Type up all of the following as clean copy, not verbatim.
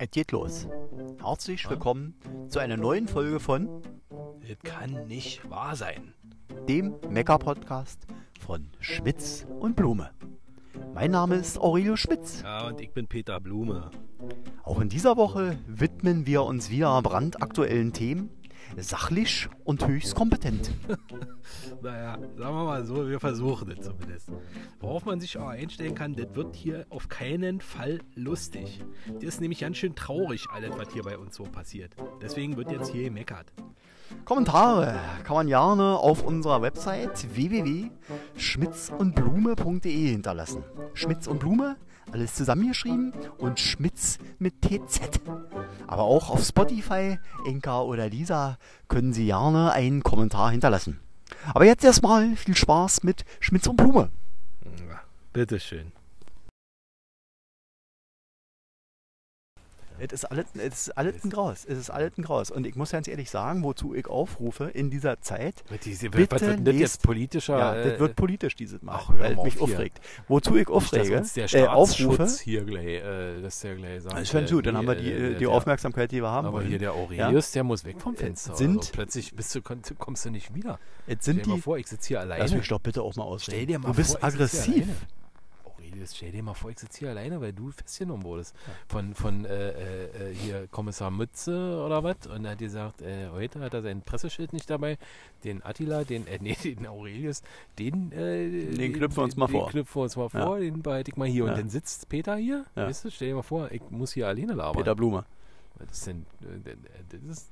Es geht los. Herzlich willkommen zu einer neuen Folge von Das kann nicht wahr sein. dem Mecker-Podcast von Schmitz und Blume. Mein Name ist Aurelio Schmitz. Ja, und ich bin Peter Blume. Auch in dieser Woche widmen wir uns wieder brandaktuellen Themen, sachlich und höchst kompetent. Naja, sagen wir mal so, wir versuchen es zumindest. Worauf man sich auch einstellen kann, das wird hier auf keinen Fall lustig. Das ist nämlich ganz schön traurig, alles, was hier bei uns so passiert. Deswegen wird jetzt hier gemeckert. Kommentare kann man gerne auf unserer Website www.schmitzundblume.de hinterlassen. Schmitz und Blume, alles zusammengeschrieben und Schmitz mit TZ. Aber auch auf Spotify, Enka oder Lisa können Sie gerne einen Kommentar hinterlassen. Aber jetzt erstmal viel Spaß mit Schmitz und Blume. Ja, bitteschön. Es ist alles ein Graus. Es ist alles ein Graus. Und ich muss ganz ehrlich sagen, wozu ich aufrufe in dieser Zeit. Was wird denn das jetzt politischer? Ja, das wird politisch dieses Mal, ach, weil es mich hier. aufregt. Wozu ich aufrege, Dass uns der aufrufe. Staatsschutz hier gleich, dass der gleich sagt. Das ist schon gut, dann haben wir die Aufmerksamkeit, die wir haben Aber wollen. hier der Aurelius, der muss weg vom Fenster. Sind- also plötzlich kommst du nicht wieder. Jetzt Stell sind dir mal die. vor, ich sitze hier alleine. Lass mich doch bitte auch mal ausreden. Stell dir mal du bist vor, ich sitze hier aggressiv. alleine. Aurelius, stell dir mal vor, ich sitze hier alleine, weil du festgenommen wurdest. Von hier Kommissar Mütze oder was. Und er hat gesagt, heute hat er sein Presseschild nicht dabei. Den Attila, den Aurelius, den knüpfen wir uns mal vor. Den knüpfen wir uns mal vor, den behalte ich mal hier. Ja. Und dann sitzt Peter hier. Ja. Weißt du, stell dir mal vor, ich muss hier alleine labern. Peter Blume. Was ist denn, das ist...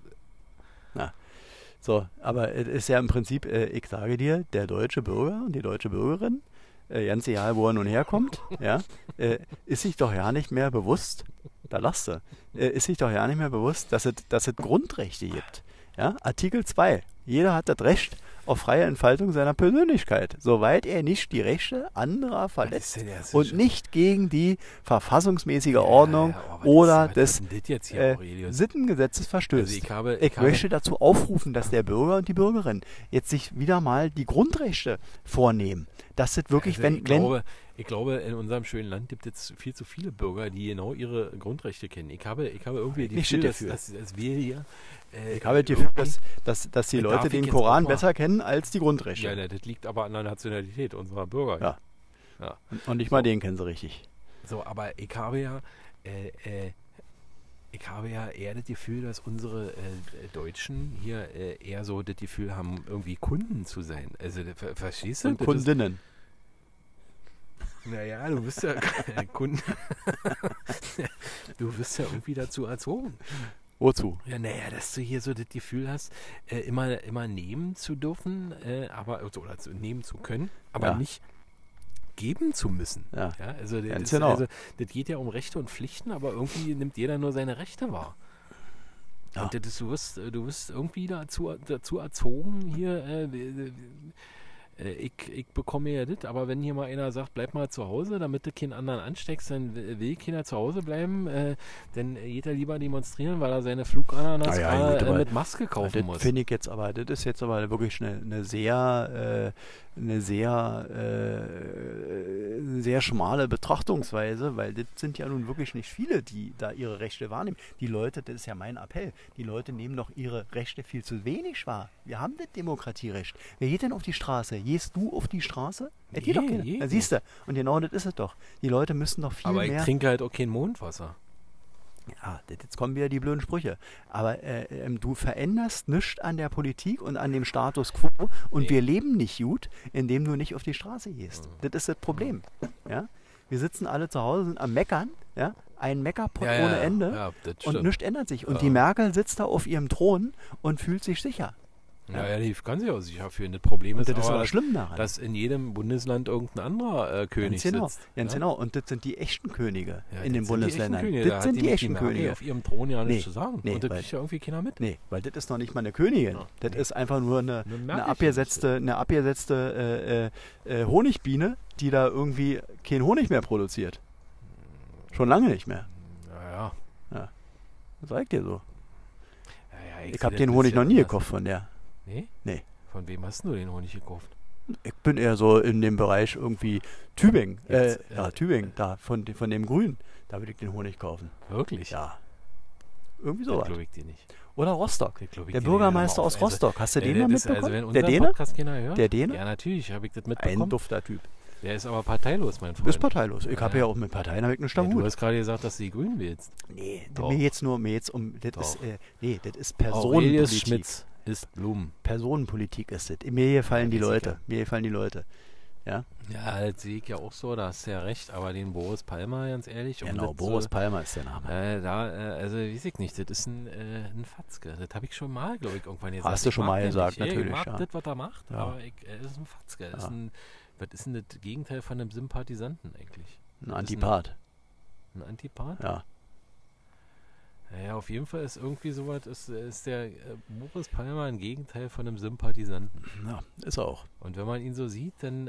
So, aber es ist ja im Prinzip, ich sage dir, der deutsche Bürger und die deutsche Bürgerin, ganz egal, wo er nun herkommt, ja, ist sich doch ja nicht mehr bewusst, da lachst du, ist sich doch ja nicht mehr bewusst, dass es Grundrechte gibt. Ja? Artikel 2. Jeder hat das Recht auf freie Entfaltung seiner Persönlichkeit, soweit er nicht die Rechte anderer verletzt und nicht gegen die verfassungsmäßige Ordnung oder des Sittengesetzes verstößt. Also Ich möchte dazu aufrufen, dass der Bürger und die Bürgerin jetzt sich wieder mal die Grundrechte vornehmen. Dass das wirklich, ich glaube, in unserem schönen Land gibt es viel zu viele Bürger, die genau ihre Grundrechte kennen. Ich habe irgendwie die Gefühl, dass wir hier... ich habe das Gefühl, dass die Leute den Koran besser kennen als die Grundrechte. Ja, das liegt aber an der Nationalität unserer Bürger. Ja. Und nicht mal den kennen sie richtig. So, aber ich habe ja eher das Gefühl, dass unsere Deutschen hier eher so das Gefühl haben, irgendwie Kunden zu sein. Also, verstehst du? Und Kundinnen. Naja, du bist ja Kunden. Du bist ja irgendwie dazu erzogen. Wozu? Ja, naja, dass du hier so das Gefühl hast, immer nehmen zu dürfen, oder nehmen zu können, aber nicht geben zu müssen. Ja. Ja, also, das geht ja um Rechte und Pflichten, aber irgendwie nimmt jeder nur seine Rechte wahr. Ja. Und du wirst irgendwie dazu erzogen, hier, ich bekomme ja das, aber wenn hier mal einer sagt, bleib mal zu Hause, damit du keinen anderen ansteckst, dann will keiner zu Hause bleiben, dann geht er lieber demonstrieren, weil er seine Flugananas mit Maske kaufen muss. Finde ich jetzt aber, das ist jetzt aber wirklich eine sehr schmale Betrachtungsweise, weil das sind ja nun wirklich nicht viele, die da ihre Rechte wahrnehmen. Die Leute, das ist ja mein Appell, die Leute nehmen doch ihre Rechte viel zu wenig wahr. Wir haben das Demokratierecht. Wer geht denn auf die Straße? Gehst du auf die Straße? Geht doch keiner. Da siehst du. Und genau das ist es doch. Die Leute müssen doch viel mehr... Aber ich trinke halt auch kein Mondwasser. Ja, jetzt kommen wieder die blöden Sprüche. Aber du veränderst nichts an der Politik und an dem Status quo und wir leben nicht gut, indem du nicht auf die Straße gehst. Das ist das Problem. Ja? Wir sitzen alle zu Hause, sind am Meckern, ja? Ein Meckerpott ohne Ende und nichts ändert sich. Und die Merkel sitzt da auf ihrem Thron und fühlt sich sicher. Naja, die kann sich auch sicher fühlen. Das Problem ist aber schlimm daran, dass in jedem Bundesland irgendein anderer König sitzt. Ganz genau. Und das sind die echten Könige in den Bundesländern. Das sind die echten Könige. Auf ihrem Thron ja nichts zu sagen. Nee, und das kriegt ja irgendwie keiner mit. Nee, weil das ist noch nicht mal eine Königin. Das ist einfach nur eine abgesetzte Honigbiene, die da irgendwie keinen Honig mehr produziert. Schon lange nicht mehr. Ja. Das sag ich dir so. Ja, ich habe den Honig noch nie gekauft von der. Nee? Nee. Von wem hast du den Honig gekauft? Ich bin eher so in dem Bereich irgendwie Tübingen. Tübingen, da von dem Grün. Da würde ich den Honig kaufen. Wirklich? Ja. Irgendwie Das sowas. glaube ich dir nicht. Oder Rostock. Das glaub ich Der dir Bürgermeister nicht. aus Rostock. Hast du den mal das ist- mitbekommen? wenn Der unseren Däne? Podcast keiner hört? Der Däne? Ja, natürlich habe ich das Ein mitbekommen. dufter Typ. Der ist aber parteilos, mein Freund. Bist parteilos. Ich habe Ja. ja auch mit Parteien einen Ja, Stamm. du hast gerade gesagt, dass du die Grünen wählst. Nee, Doch. mir geht's um, das Doch. ist, das ist Aurelius Personenpolitik. Schmitz ist Blumen. Personenpolitik ist es. Mir gefallen die weiß ich Leute. ja. Mir gefallen die Leute. Ja, Ja, das sehe ich ja auch so, da hast du ja recht, aber den Boris Palmer, ganz ehrlich. um genau. das Boris zu- Palmer ist der Name. also weiß ich nicht, das ist ein Fatzke. Das habe ich schon mal, glaube ich, irgendwann gesagt. Hast du Ich schon mag mal den gesagt, nicht. natürlich, Ich mag ja. das, was er macht, Ja. aber er ist ein Fatzke. Ja. Was ist denn das Gegenteil von einem Sympathisanten eigentlich? Ein Antipath. Ein Antipath? Ja. Naja, auf jeden Fall ist irgendwie sowas, ist der Boris Palmer ein Gegenteil von einem Sympathisanten. Ja, ist er auch. Und wenn man ihn so sieht, dann,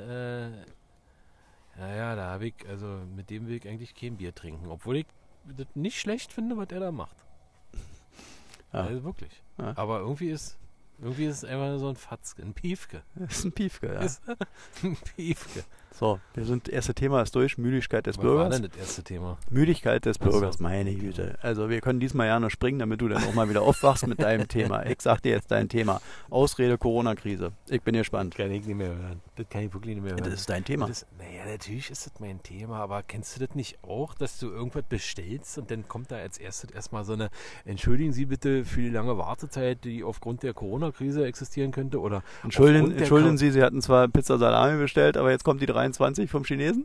naja, da habe ich, also mit dem will ich eigentlich kein Bier trinken. Obwohl ich das nicht schlecht finde, was er da macht. Ja. Also wirklich. Ja. Aber irgendwie ist es einfach so ein Fatzke, ein Piefke. Das ist ein Piefke, ja. Ist ein Piefke. So, erste Thema ist durch. Müdigkeit des Was war Bürgers. denn das erste Thema? Müdigkeit des Ach so. Bürgers, meine Güte. Also wir können diesmal ja noch springen, damit du dann auch mal wieder aufwachst mit deinem Thema. Ich sag dir jetzt dein Thema. Ausrede Corona-Krise. Ich bin gespannt. Kann ich nicht mehr hören. Das kann ich wirklich nicht mehr hören. Das ist dein Thema. Naja, natürlich ist das mein Thema, aber kennst du das nicht auch, dass du irgendwas bestellst und dann kommt da als erstes erstmal so eine, entschuldigen Sie bitte für die lange Wartezeit, die aufgrund der Corona-Krise existieren könnte, oder Entschuldigen Sie, Sie hatten zwar Pizza Salami bestellt, aber jetzt kommt die 23 vom Chinesen?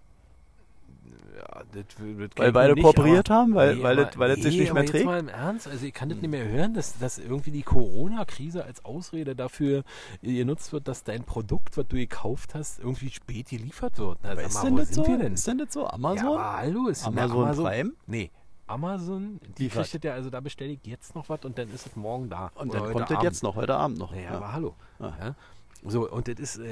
Ja, das kenn Weil ich beide nicht, kooperiert haben? Weil aber- es sich nicht aber mehr jetzt trägt? mal im Ernst, also ich kann das nicht mehr hören, dass irgendwie die Corona-Krise als Ausrede dafür genutzt wird, dass dein Produkt, was du gekauft hast, irgendwie spät geliefert wird. Na, Aber sag ist mal, denn wo das sind so? wir denn? Ist denn das so? Ja, Amazon? aber hallo, ist Amazon Prime? Nee, Amazon, die Die kriegt das ja, also da bestelle ich jetzt noch was und dann ist es morgen da. Und Oder dann heute kommt das Abend. jetzt noch, heute Abend noch. Naja, Ja. aber hallo. Ah. Ja. So, und das ist,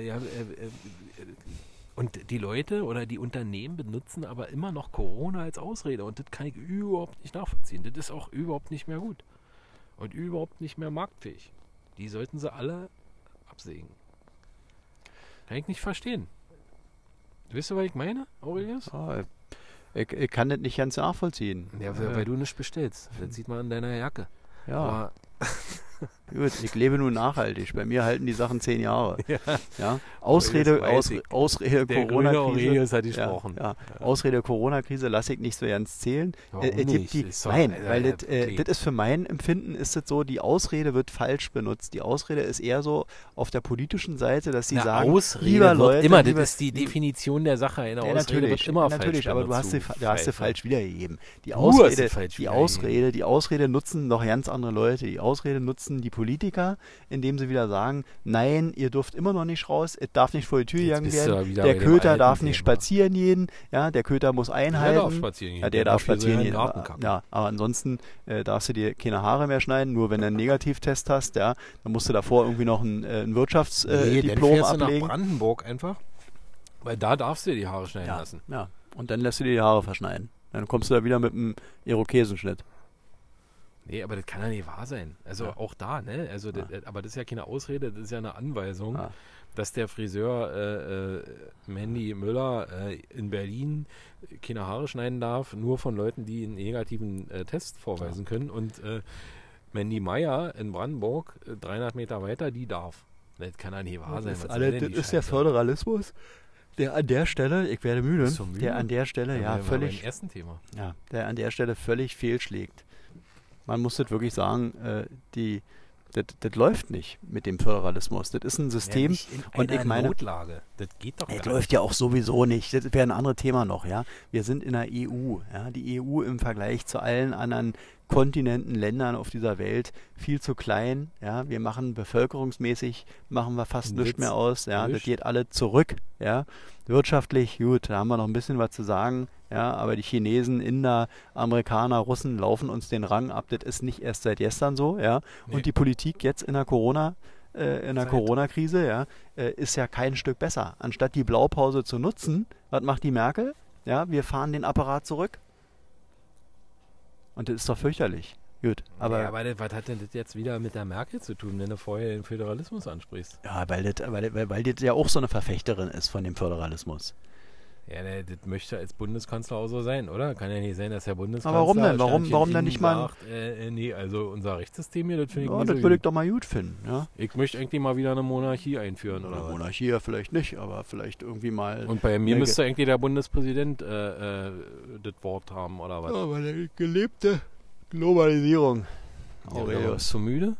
und die Leute oder die Unternehmen benutzen aber immer noch Corona als Ausrede und das kann ich überhaupt nicht nachvollziehen. Das ist auch überhaupt nicht mehr gut und überhaupt nicht mehr marktfähig. Die sollten sie alle absägen. Kann ich nicht verstehen. Weißt du, was ich meine, Aurelius? Ah, ich kann das nicht ganz nachvollziehen. Ja, weil du nichts bestellst. Das sieht man an deiner Jacke. Ja, Aber, gut, ich lebe nun nachhaltig. Bei mir halten die Sachen 10 Jahre. ja, Ja? Ausrede, Das weiß ich. Ausrede der grüne Corona-Krise. Aurelius hat Ja, gesprochen. ja. Ausrede Corona-Krise lasse ich nicht so ganz zählen. Warum Es gibt nicht? die, Ist doch- nein, also, weil okay. das ist für mein Empfinden ist es so, die Ausrede wird falsch benutzt. Die Ausrede ist eher so auf der politischen Seite, dass sie Eine sagen, Ausrede lieber wird Leute, immer, lieber, das ist die Definition der Sache. Eine ja, Ausrede wird immer natürlich, falsch aber du hast sie Pfeife. falsch wiedergegeben. Die Du hast sie Ausrede, falsch die wiedergegeben. Die Ausrede nutzen noch ganz andere Leute. Die Ausrede nutzen die Politiker, indem sie wieder sagen, nein, ihr dürft immer noch nicht raus, es darf nicht vor die Tür Jetzt gegangen bist du werden. ja wieder Der bei dem Köter alten darf nicht Thema. spazieren gehen, ja, der Köter muss einhalten. Der darf spazieren gehen. Ja, der darf hier so spazieren in den gehen. Garten Aber, kacken. ja, aber ansonsten darfst du dir keine Haare mehr schneiden, nur wenn du einen Negativtest hast, ja, dann musst du davor irgendwie noch ein Wirtschaftsdiplom dann fährst du nach ablegen. Brandenburg einfach, weil da darfst du dir die Haare schneiden Ja, lassen. ja, und dann lässt du dir die Haare verschneiden. Dann kommst du da wieder mit einem Irokesenschnitt. Nee, aber das kann ja nicht wahr sein. Also Ja. auch da, ne? Also, aber das ist ja keine Ausrede, das ist ja eine Anweisung, Ah. dass der Friseur Mandy Müller in Berlin keine Haare schneiden darf, nur von Leuten, die einen negativen Test vorweisen können. Und Mandy Meyer in Brandenburg, 300 Meter weiter, die darf. Das kann ja nicht wahr sein. Das Was ist, soll denn das die ist der Scheiße? Föderalismus, der an der Stelle, ich werde müde, Bist du müde? der an der Stelle, Ja, ja, wir waren völlig, beim ersten Thema. ja, der an der Stelle völlig fehlschlägt. Man muss das wirklich sagen, das läuft nicht mit dem Föderalismus. Das ist ein System, nicht in und ich einer meine, Notlage. Das geht doch das gar läuft ja auch sowieso nicht. Das wäre ein anderes Thema noch, ja. Wir sind in der EU, ja. Die EU im Vergleich zu allen anderen Kontinenten, Ländern auf dieser Welt viel zu klein, ja. Wir machen bevölkerungsmäßig, machen wir fast Ein nichts Witz. mehr aus, ja. Das Nichts. geht alle zurück, ja. Wirtschaftlich, gut, da haben wir noch ein bisschen was zu sagen, ja. Aber die Chinesen, Inder, Amerikaner, Russen laufen uns den Rang ab. Das ist nicht erst seit gestern so, ja. Nee. Und die Politik jetzt in der Zeit. Corona-Krise, ja, ist ja kein Stück besser. Anstatt die Blaupause zu nutzen, was macht die Merkel? Ja, wir fahren den Apparat zurück. Und das ist doch fürchterlich. Gut, aber, Ja, aber was hat denn das jetzt wieder mit der Merkel zu tun, wenn du vorher den Föderalismus ansprichst? ja, weil das ja auch so eine Verfechterin ist von dem Föderalismus. Ja, das möchte als Bundeskanzler auch so sein, oder? Kann ja nicht sein, dass der Bundeskanzler... Aber warum denn? Sternchen Warum dann nicht mal... sagt, nee, also unser Rechtssystem hier, das finde ich Ja, nicht das so würde gut. ich doch mal gut finden. Ja? Ich möchte eigentlich mal wieder eine Monarchie einführen, oder was? Monarchie ja vielleicht nicht, aber vielleicht irgendwie mal... Und bei mir Ja, müsste eigentlich der Bundespräsident das Wort haben, oder was? aber eine gelebte Globalisierung. Ja, Aurelius. bist du müde?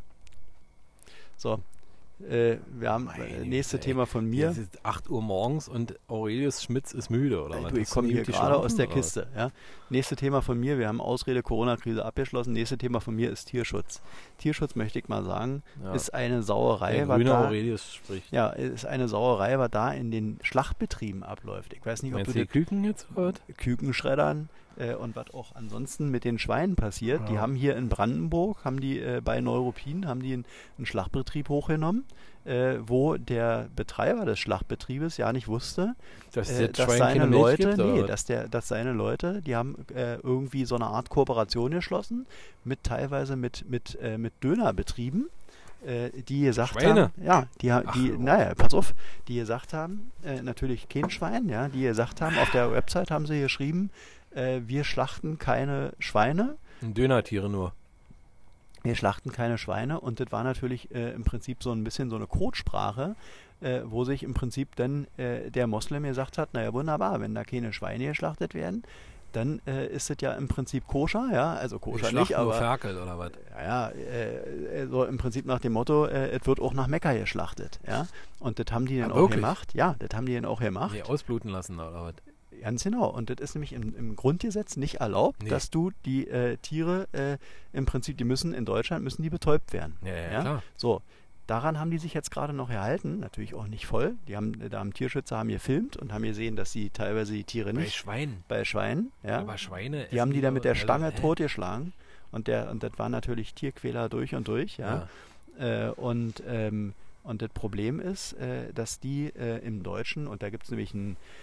So, wir haben Meine nächste Güte, Thema von mir. Es ist 8 Uhr morgens und Aurelius Schmitz ist müde, oder was? Du, ich Hast komme du hier nicht gerade geschlafen, aus der oder Kiste. Ja. Nächste Thema von mir, wir haben Ausrede Corona-Krise abgeschlossen. Nächste Thema von mir ist Tierschutz. Tierschutz, möchte ich mal sagen, was? Ja. ist eine Sauerei, Der was grüne da, Aurelius spricht. ja, ist eine Sauerei, was da in den Schlachtbetrieben abläuft. Ich weiß nicht, ob Meinst du du die das Küken jetzt hört? Kükenschreddern und was auch ansonsten mit den Schweinen passiert. Die Ja. haben hier in Brandenburg, haben die bei Neuruppin, haben die einen Schlachtbetrieb hochgenommen, wo der Betreiber des Schlachtbetriebes ja nicht wusste, Dass dass seine Leute, dass seine Leute, die haben irgendwie so eine Art Kooperation geschlossen, teilweise mit Dönerbetrieben, die gesagt Schweine? haben, ja, pass auf, die gesagt haben, natürlich kein Schwein, ja, die gesagt haben, auf der Website haben sie geschrieben, wir schlachten keine Schweine, Dönertiere nur. wir schlachten keine Schweine, und das war natürlich im Prinzip so ein bisschen so eine Codesprache, wo sich im Prinzip dann der Moslem gesagt hat, naja wunderbar, wenn da keine Schweine geschlachtet werden, dann ist es ja im Prinzip koscher, ja, also koscher nicht, nur aber Ferkel oder was? ja, so im Prinzip nach dem Motto, es wird auch nach Mekka geschlachtet, ja, und das haben die dann auch wirklich? gemacht, ja, das haben die dann auch gemacht. Nee, ausbluten lassen oder was? Ganz genau. Und das ist nämlich im Grundgesetz nicht erlaubt, Nee. dass du die Tiere im Prinzip, in Deutschland müssen die betäubt werden. Ja, klar. So, daran haben die sich jetzt gerade noch erhalten, natürlich auch nicht voll. Da haben Tierschützer gefilmt und haben gesehen, dass sie teilweise die Tiere Bei nicht... Schweinen. Bei Schweinen, ja. Aber Schweine Die haben die dann mit der essen Stange also, totgeschlagen. Und das war natürlich Tierquäler durch und durch, ja. Und das Problem ist, dass die im Deutschen, und da gibt es nämlich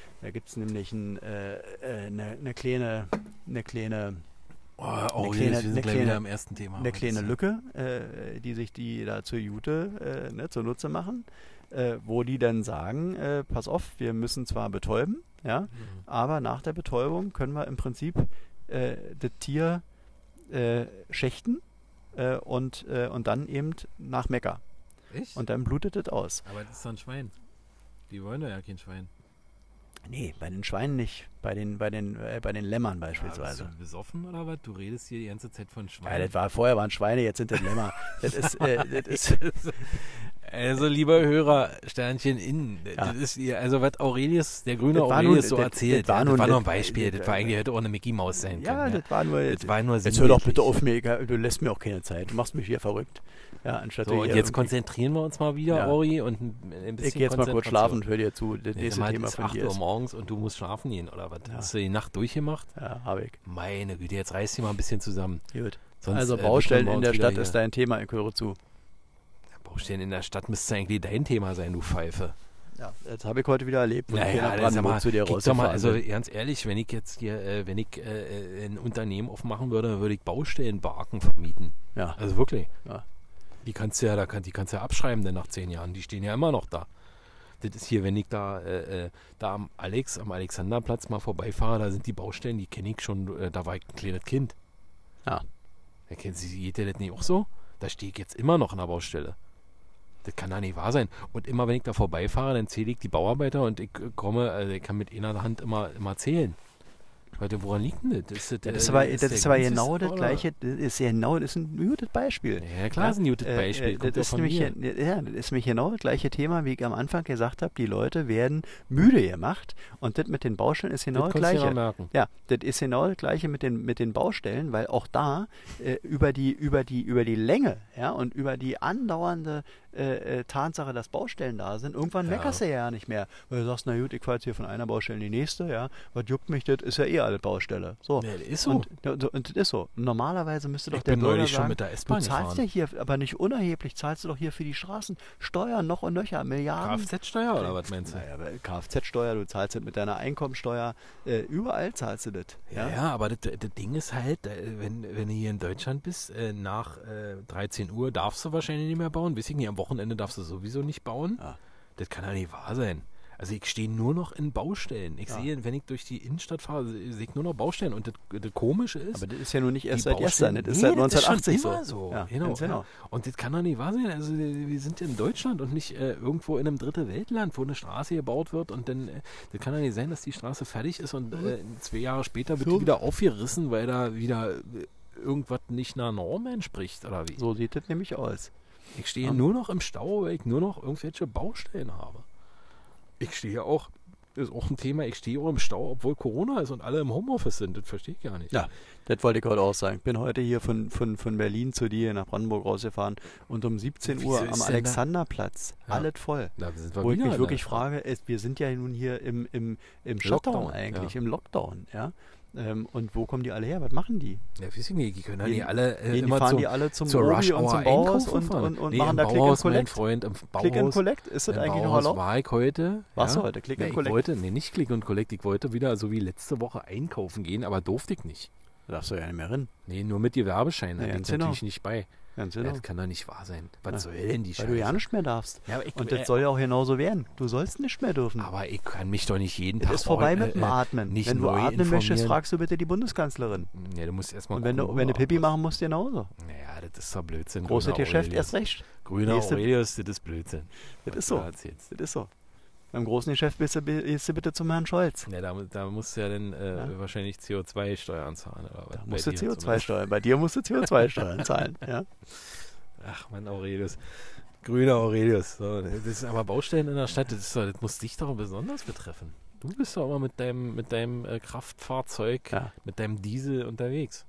eine kleine wir sind gleich wieder am ersten Thema. eine kleine Lücke, die sich die da zur Jute zunutze machen, wo die dann sagen, pass auf, wir müssen zwar betäuben, ja, aber nach der Betäubung können wir im Prinzip das Tier schächten und dann eben nach Mekka. Echt? Und dann blutet es aus. Aber das ist doch ein Schwein. Die wollen doch ja kein Schwein. Nee, bei den Schweinen nicht. Bei den Lämmern beispielsweise. Bist du besoffen oder was? Du redest hier die ganze Zeit von Ja, Schweinen. vorher waren Schweine, jetzt sind das Lämmer. Das ist Also, lieber Hörer, Sternchen innen, Ja. das ist hier, also was Aurelius, der grüne Das war Aurelius nun- so das- erzählt, das war ja, nun- das war nur ein das- Beispiel, das- das war eigentlich hätte auch eine Mickey Maus sein ja, können. das war nur. Das war nur Jetzt hör doch bitte sinnbildlich. auf mir, du lässt mir auch keine Zeit. Du machst mich hier verrückt. Ja, anstatt So, du und hier jetzt irgendwie- konzentrieren wir uns mal wieder, Ja. Auri, und ein bisschen Ich gehe jetzt mal kurz schlafen und hör dir zu. Das Nee, nächste sag mal, Thema es ist von 8 dir Uhr ist. morgens und du musst schlafen gehen, oder was? Ja. Hast du die Nacht durchgemacht? Ja, habe ich. Meine Güte, jetzt reiß dich mal ein bisschen zusammen. Gut. Sonst, Also bekommen Baustellen wir in uns der wieder Stadt hier- ist dein Thema, ich höre zu. Baustellen in der Stadt müsste eigentlich dein Thema sein, du Pfeife. Ja, das habe ich heute wieder erlebt, wo ich hier Naja, nach das ist ja Brandenburg mal, zu dir guck doch mal, rausgefahren also bin. ganz ehrlich, wenn ich jetzt hier, ein Unternehmen aufmachen würde, würde ich Baustellenbarken vermieten. Ja, Also wirklich. Ja. Die kannst du ja abschreiben, denn nach 10 Jahren, die stehen ja immer noch da. Das ist hier, wenn ich da am Alexanderplatz mal vorbeifahre, da sind die Baustellen, die kenne ich schon, da war ich ein kleines Kind. Ja. Geht dir das nicht auch so? Da stehe ich jetzt immer noch an der Baustelle. Das kann doch nicht wahr sein. Und immer, wenn ich da vorbeifahre, dann zähle ich die Bauarbeiter und ich ich kann mit einer Hand immer zählen. Warte, woran liegt denn das? Das ist aber genau das gleiche, das ist ein gutes Beispiel. Ja, klar, ist ein gutes Beispiel. Kommt Das doch ist von nämlich, mir. das ist nämlich genau das gleiche Thema, wie ich am Anfang gesagt habe, die Leute werden müde gemacht, und das mit den Baustellen ist genau das kannst du ja gleiche. merken. Ja, das ist genau das gleiche mit den Baustellen, weil auch da über die Länge, ja, und über die andauernde Tatsache, dass Baustellen da sind, irgendwann Ja. meckerst du ja nicht mehr. Weil du sagst, na gut, ich fahre jetzt hier von einer Baustelle in die nächste, ja, was juckt mich, das ist ja eh alle Baustelle. So. Ja, das ist so. Und das ist so. Normalerweise müsste doch Ich der bin Bürger neulich schon sagen, mit der du S-Bahn zahlst ja gefahren. hier, aber nicht unerheblich, zahlst du doch hier für die Straßen Steuern noch und nöcher, Milliarden. Kfz-Steuer oder was meinst du? Naja, aber Kfz-Steuer, du zahlst das mit deiner Einkommensteuer, überall zahlst du das. Ja, aber das Ding ist halt, wenn du hier in Deutschland bist, nach 13 Uhr darfst du wahrscheinlich nicht mehr bauen. Weiß ich nicht, am Wochenende darfst du sowieso nicht bauen. Ja. Das kann ja nicht wahr sein. Also ich stehe nur noch in Baustellen. Ich Ja. sehe, wenn ich durch die Innenstadt fahre, sehe ich nur noch Baustellen. Und das Komische ist, Aber das ist ja nun nicht erst die seit gestern, Baustellen- das ist Nee, seit das ist schon 1980 immer so. Ja, Genau, ganz genau. ja. Und das kann doch nicht wahr sein. Also wir sind in Deutschland und nicht irgendwo in einem dritte Weltland, wo eine Straße gebaut wird und dann, das kann doch nicht sein, dass die Straße fertig ist und 2 Jahre später wird die wieder aufgerissen, weil da wieder irgendwas nicht einer Norm entspricht oder wie. So sieht das nämlich aus. Ich stehe nur noch im Stau, weil ich nur noch irgendwelche Baustellen habe. Ich stehe auch, das ist auch ein Thema, ich stehe auch im Stau, obwohl Corona ist und alle im Homeoffice sind. Das verstehe ich gar nicht. Ja, das wollte ich heute auch sagen. Ich bin heute hier von Berlin zu dir nach Brandenburg rausgefahren und um 17 Wieso Uhr ist am denn da- Alexanderplatz, Ja. alles voll. Da sind wir Wo ich wieder mich in wirklich der- frage, wir sind ja nun hier im Shutdown Lockdown, eigentlich, ja. im Lockdown, ja. Und wo kommen die alle her? Was machen die? Ja, weiß ich nicht, die können ja Gehen- nicht alle Die immer fahren zum, die alle zum zur Robi Rush und Hour zum Bauhaus einkaufen fahren. und Nee, machen im da Click and Bauhaus, mein Collect? Freund, im Bauhaus. Click and Collect? Ist das Im eigentlich noch Bauhaus erlaubt? war ich heute. Warst du heute? Click and Ich Collect? wollte, nee, nicht Click and Collect, ich wollte wieder so wie letzte Woche einkaufen gehen, aber durfte ich nicht. Da darfst du ja nicht mehr rein. Nee, nur mit Gewerbeschein, da Ja, bin ich ganz genau. natürlich nicht bei. Ganz Ja, genau. das kann doch nicht wahr sein. Was Ja. soll denn die Weil du ja Scheiße? nicht mehr darfst. Ja, aber ich, Und das soll ja auch genauso werden. Du sollst nicht mehr dürfen. aber ich kann mich doch nicht jeden Es Tag ist vorbei vor- mit dem Atmen. nicht Wenn du neu atmen möchtest, informieren. fragst du bitte die Bundeskanzlerin. Ja, du musst erstmal Und wenn du Pipi machen musst, genauso. Naja, das ist doch Blödsinn. Großes Grüner Geschäft Aurelius. erst recht. Grüner Nächste- Aurelius, das ist Blödsinn. Das was ist du so. da erzählst. Das ist so. Beim großen Geschäft gehst du bitte zum Herrn Scholz. Ja, da musst du ja dann wahrscheinlich CO2-Steuern zahlen. Oder was? Da Bei musst du dir CO2-Steuern. Bei dir musst du CO2-Steuern zahlen. Ja? zumindest. Ach, Mann, Aurelius. Grüner Aurelius. So, das ist aber Baustellen in der Stadt, das muss dich doch besonders betreffen. Du bist doch immer mit deinem Kraftfahrzeug, Ja. mit deinem Diesel unterwegs.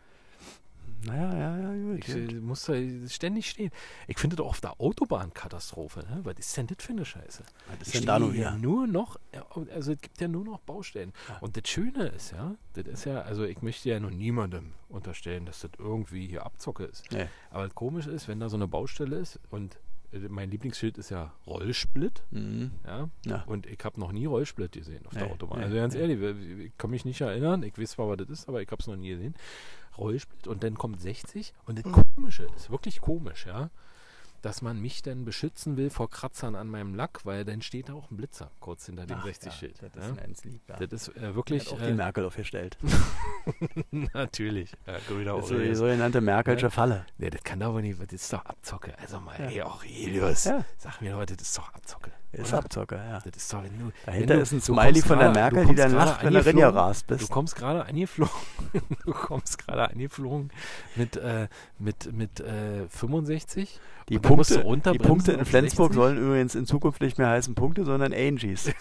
Naja, gut. Ich muss da ständig stehen. Ich finde doch auf der Autobahn Katastrophe. Ne? Was ist denn das für eine Scheiße? Was ist Ich denn da nun stehe hier? nur noch, also es gibt ja nur noch Baustellen. Ja. Und das Schöne ist ja, also ich möchte ja noch niemandem unterstellen, dass das irgendwie hier Abzocke ist. Nee. Aber das Komische ist, wenn da so eine Baustelle ist und mein Lieblingsschild ist ja Rollsplit, Mhm. ja, Ja. und ich habe noch nie Rollsplit gesehen auf der Nee, Autobahn. nee, Also ganz nee. ehrlich, ich kann mich nicht erinnern, ich weiß zwar, was das ist, aber ich habe es noch nie gesehen. Rollsplit und dann kommt 60 und das Komische ist, wirklich komisch, ja, dass man mich dann beschützen will vor Kratzern an meinem Lack, weil dann steht da auch ein Blitzer kurz hinter dem Ach, 60-Schild. Ja, das Ja, ist ganz lieb. Ja. das ist Hat wirklich, auch die Merkel aufgestellt. natürlich, grüner Das ist so die Aurelius. sogenannte Merkelsche Falle. Nee, das kann doch wohl nicht, das ist doch Abzocke. Also mal, Ja. ey, Aurelius, Ja. sag mir doch, das ist doch Abzocke. Ist oder? Abzocker, ja. Das ist doch, wenn du, Dahinter wenn ist ein du Smiley kommst von der gerade- Merkel, du die dann kommst lacht, gerade wenn du angeflogen- reingerast Du bist. kommst gerade angeflogen, du kommst gerade angeflogen mit 65. Die und dann musst du Punkte, die runterbremsen Punkte in auf Flensburg 60. sollen übrigens in Zukunft nicht mehr heißen Punkte, sondern Angies.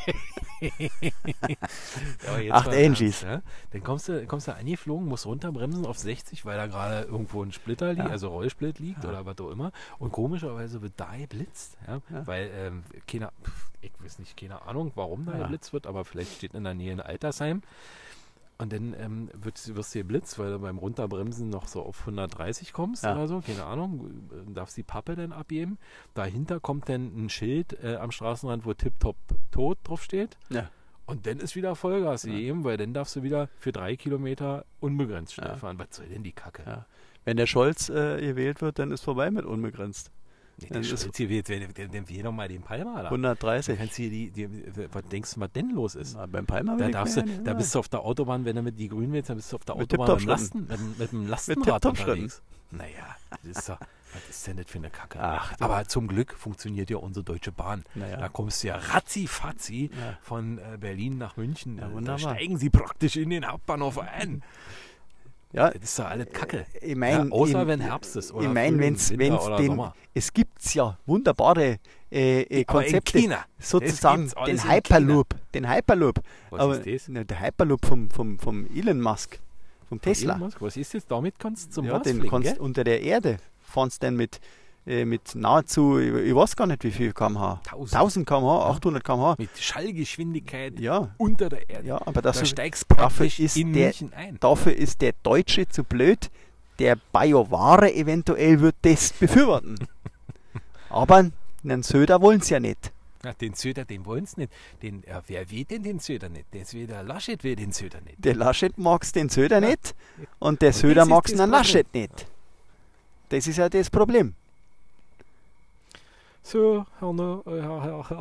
Ja, aber jetzt 8 mal Angies. ernst, ja? Dann kommst du angeflogen, musst runterbremsen auf 60, weil da gerade irgendwo ein Splitter liegt, Ja. also Rollsplit liegt Ja. oder was auch immer. Und komischerweise wird da geblitzt, ja? Ja. Weil ich weiß nicht, keine Ahnung, warum da Ja. geblitzt wird, aber vielleicht steht in der Nähe ein Altersheim. Und dann wirst du geblitzt, weil du beim Runterbremsen noch so auf 130 kommst Ja. oder so, keine Ahnung, darfst die Pappe dann abgeben. Dahinter kommt dann ein Schild am Straßenrand, wo Tip-Top tot drauf steht. Ja. Und dann ist wieder Vollgas Ja. gegeben, weil dann darfst du wieder für 3 Kilometer unbegrenzt schnell Ja. fahren. Was soll denn die Kacke? Ja. Wenn der Scholz gewählt wird, dann ist vorbei mit unbegrenzt. Nee, Dann der ist- Scholz hier, dann wähl doch mal den Palmer da. 130. Kannst hier was denkst du, was denn los ist? Na, beim Palmer Da, will ich darfst mir du, ja nicht da sagen. bist du auf der Autobahn, wenn du mit die Grünen wählst, dann bist du auf der Mit Autobahn Tip-Top-Schritten. mit dem Lastenrad Tip-Top-Schritten. unterwegs. Naja, das ist doch, was ist denn das für eine Kacke? Ach, du- aber zum Glück funktioniert ja unsere Deutsche Bahn. Naja. Da kommst du ja ratzi-fatzi Ja. von Berlin nach München. Ja, Da wunderbar. steigen sie praktisch in den Hauptbahnhof ein. Ja, Das ist doch alles Kacke. ich meine, Ja, außer wenn Herbst ist oder ich meine, Frühling, wenn's Winter oder den, Sommer. es gibt ja wunderbare Aber in Konzepte, China, sozusagen das gibt's alles den in Hyperloop. Was Aber, ist das? ne, der Hyperloop vom Elon Musk, vom Tesla. Elon Musk, was ist das? Damit kannst du zum Ja, Mars den fliegen, kannst gell? unter der Erde fahrst dann mit nahezu, ich weiß gar nicht wie viel km/h. 1000 km/h, 800 km/h. Mit Schallgeschwindigkeit Ja, unter der Erde. ja, aber Da das steigst dafür praktisch ist in der- München ein. dafür ist der Deutsche zu blöd. Der BioWare eventuell wird das befürworten. Aber einen Söder wollen sie ja nicht. Ja, den Söder, den wollen sie nicht. Wer will denn den Söder nicht? Der Laschet will den Söder nicht. Der Laschet mag's den Söder nicht und der Und Söder das ist mag's das den Problem. Laschet nicht. Das ist ja das Problem. So, Herr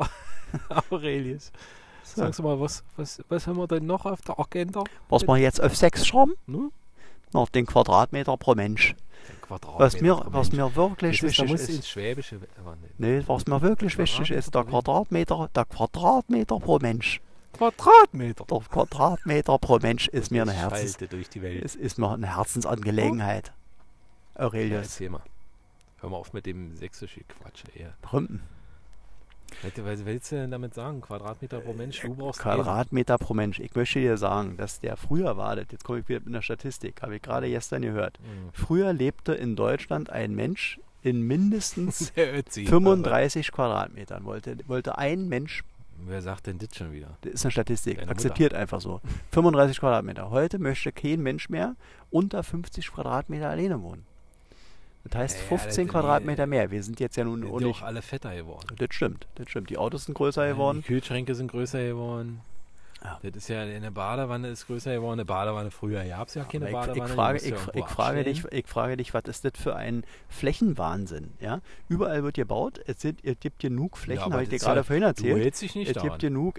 Aurelius. So. Sagst du mal, was haben wir denn noch auf der Agenda? Was wir jetzt auf 6 schreiben? Ne? Noch den Quadratmeter pro Mensch. Was mir wirklich Da wichtig muss ist. ins Schwäbische. Nee, was mir wirklich wichtig ist, der Quadratmeter pro Mensch. Quadratmeter. Der Quadratmeter pro Mensch ist mir eine Schalte durch die Welt. ist mir eine Herzensangelegenheit. Ja, Aurelius. erzähl mal. Hör mal auf mit dem sächsischen Quatsch, ey. Warum? Was willst du denn damit sagen? Quadratmeter pro Mensch? Du brauchst Quadratmeter pro Mensch. Ich möchte dir sagen, dass der früher war, jetzt komme ich wieder mit einer Statistik, habe ich gerade gestern gehört. Mhm. Früher lebte in Deutschland ein Mensch in mindestens Der Ötzi. 35 Quadratmetern. Wollte ein Mensch, Wer sagt denn das schon wieder? das ist eine Statistik, Deine akzeptiert einfach so, 35 Quadratmeter. Heute möchte kein Mensch mehr unter 50 Quadratmeter alleine wohnen. Das heißt Ja, 15 das- Quadratmeter mehr. Wir sind jetzt ja nun Sind auch doch nicht. alle fetter geworden. Das stimmt. Die Autos sind größer geworden. Die Kühlschränke sind größer geworden. Ja. Das ist ja, eine Badewanne ist größer geworden. Eine Badewanne früher gab es ja keine Aber Badewanne. ich die frage, musst du ich, irgendwo ich, frage dich, abstellen. ich frage dich, was ist das für ein Flächenwahnsinn? Ja? Überall wird gebaut, es gibt genug Flächen, aber habe ich dir das ist gerade ja- vorhin Du erzählt. hältst dich nicht Es gibt daran.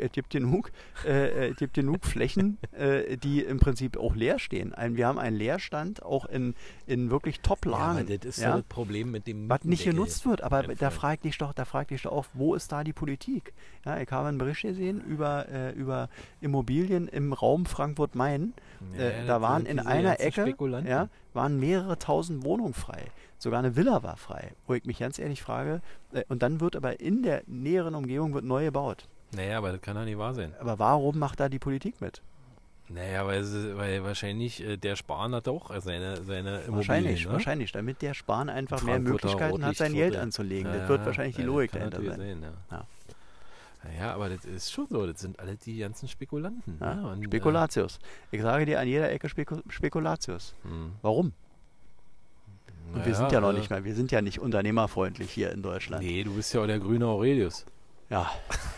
genug Flächen, die im Prinzip auch leer stehen. Wir haben einen Leerstand auch in wirklich Ja, Top-Lagen. aber das ist ja? ja das Problem mit dem Was nicht Mietendeckel. genutzt wird, aber mein da Freund. frage ich dich doch auch, wo ist da die Politik? Ja, ich habe einen Bericht gesehen über Immobilien im Raum Frankfurt-Main. Ja, Da das waren sind in diese einer ganzen Ecke Spekulanten. ja, waren mehrere tausend Wohnungen frei. Sogar eine Villa war frei, wo ich mich ganz ehrlich frage. Und dann wird aber in der näheren Umgebung wird neu gebaut. Naja, aber das kann doch nicht wahr sein. Aber warum macht da die Politik mit? Naja, weil wahrscheinlich der Spahn hat auch seine Immobilien. Wahrscheinlich, ne? wahrscheinlich, damit der Spahn einfach mehr Frankfurter Möglichkeiten hat, sein Geld Rotlichtviertel. anzulegen. Ja, Das wird wahrscheinlich die ja, Logik das kann dahinter natürlich sein. sein, ja. Ja. Naja, aber das ist schon so. Das sind alle die ganzen Spekulanten. Ja, ne? Und, Spekulatius. Ich sage dir an jeder Ecke Spekulatius. Warum? Und wir sind ja noch nicht mal, wir sind ja nicht unternehmerfreundlich hier in Deutschland. Nee, du bist ja auch der grüne Aurelius. Ja.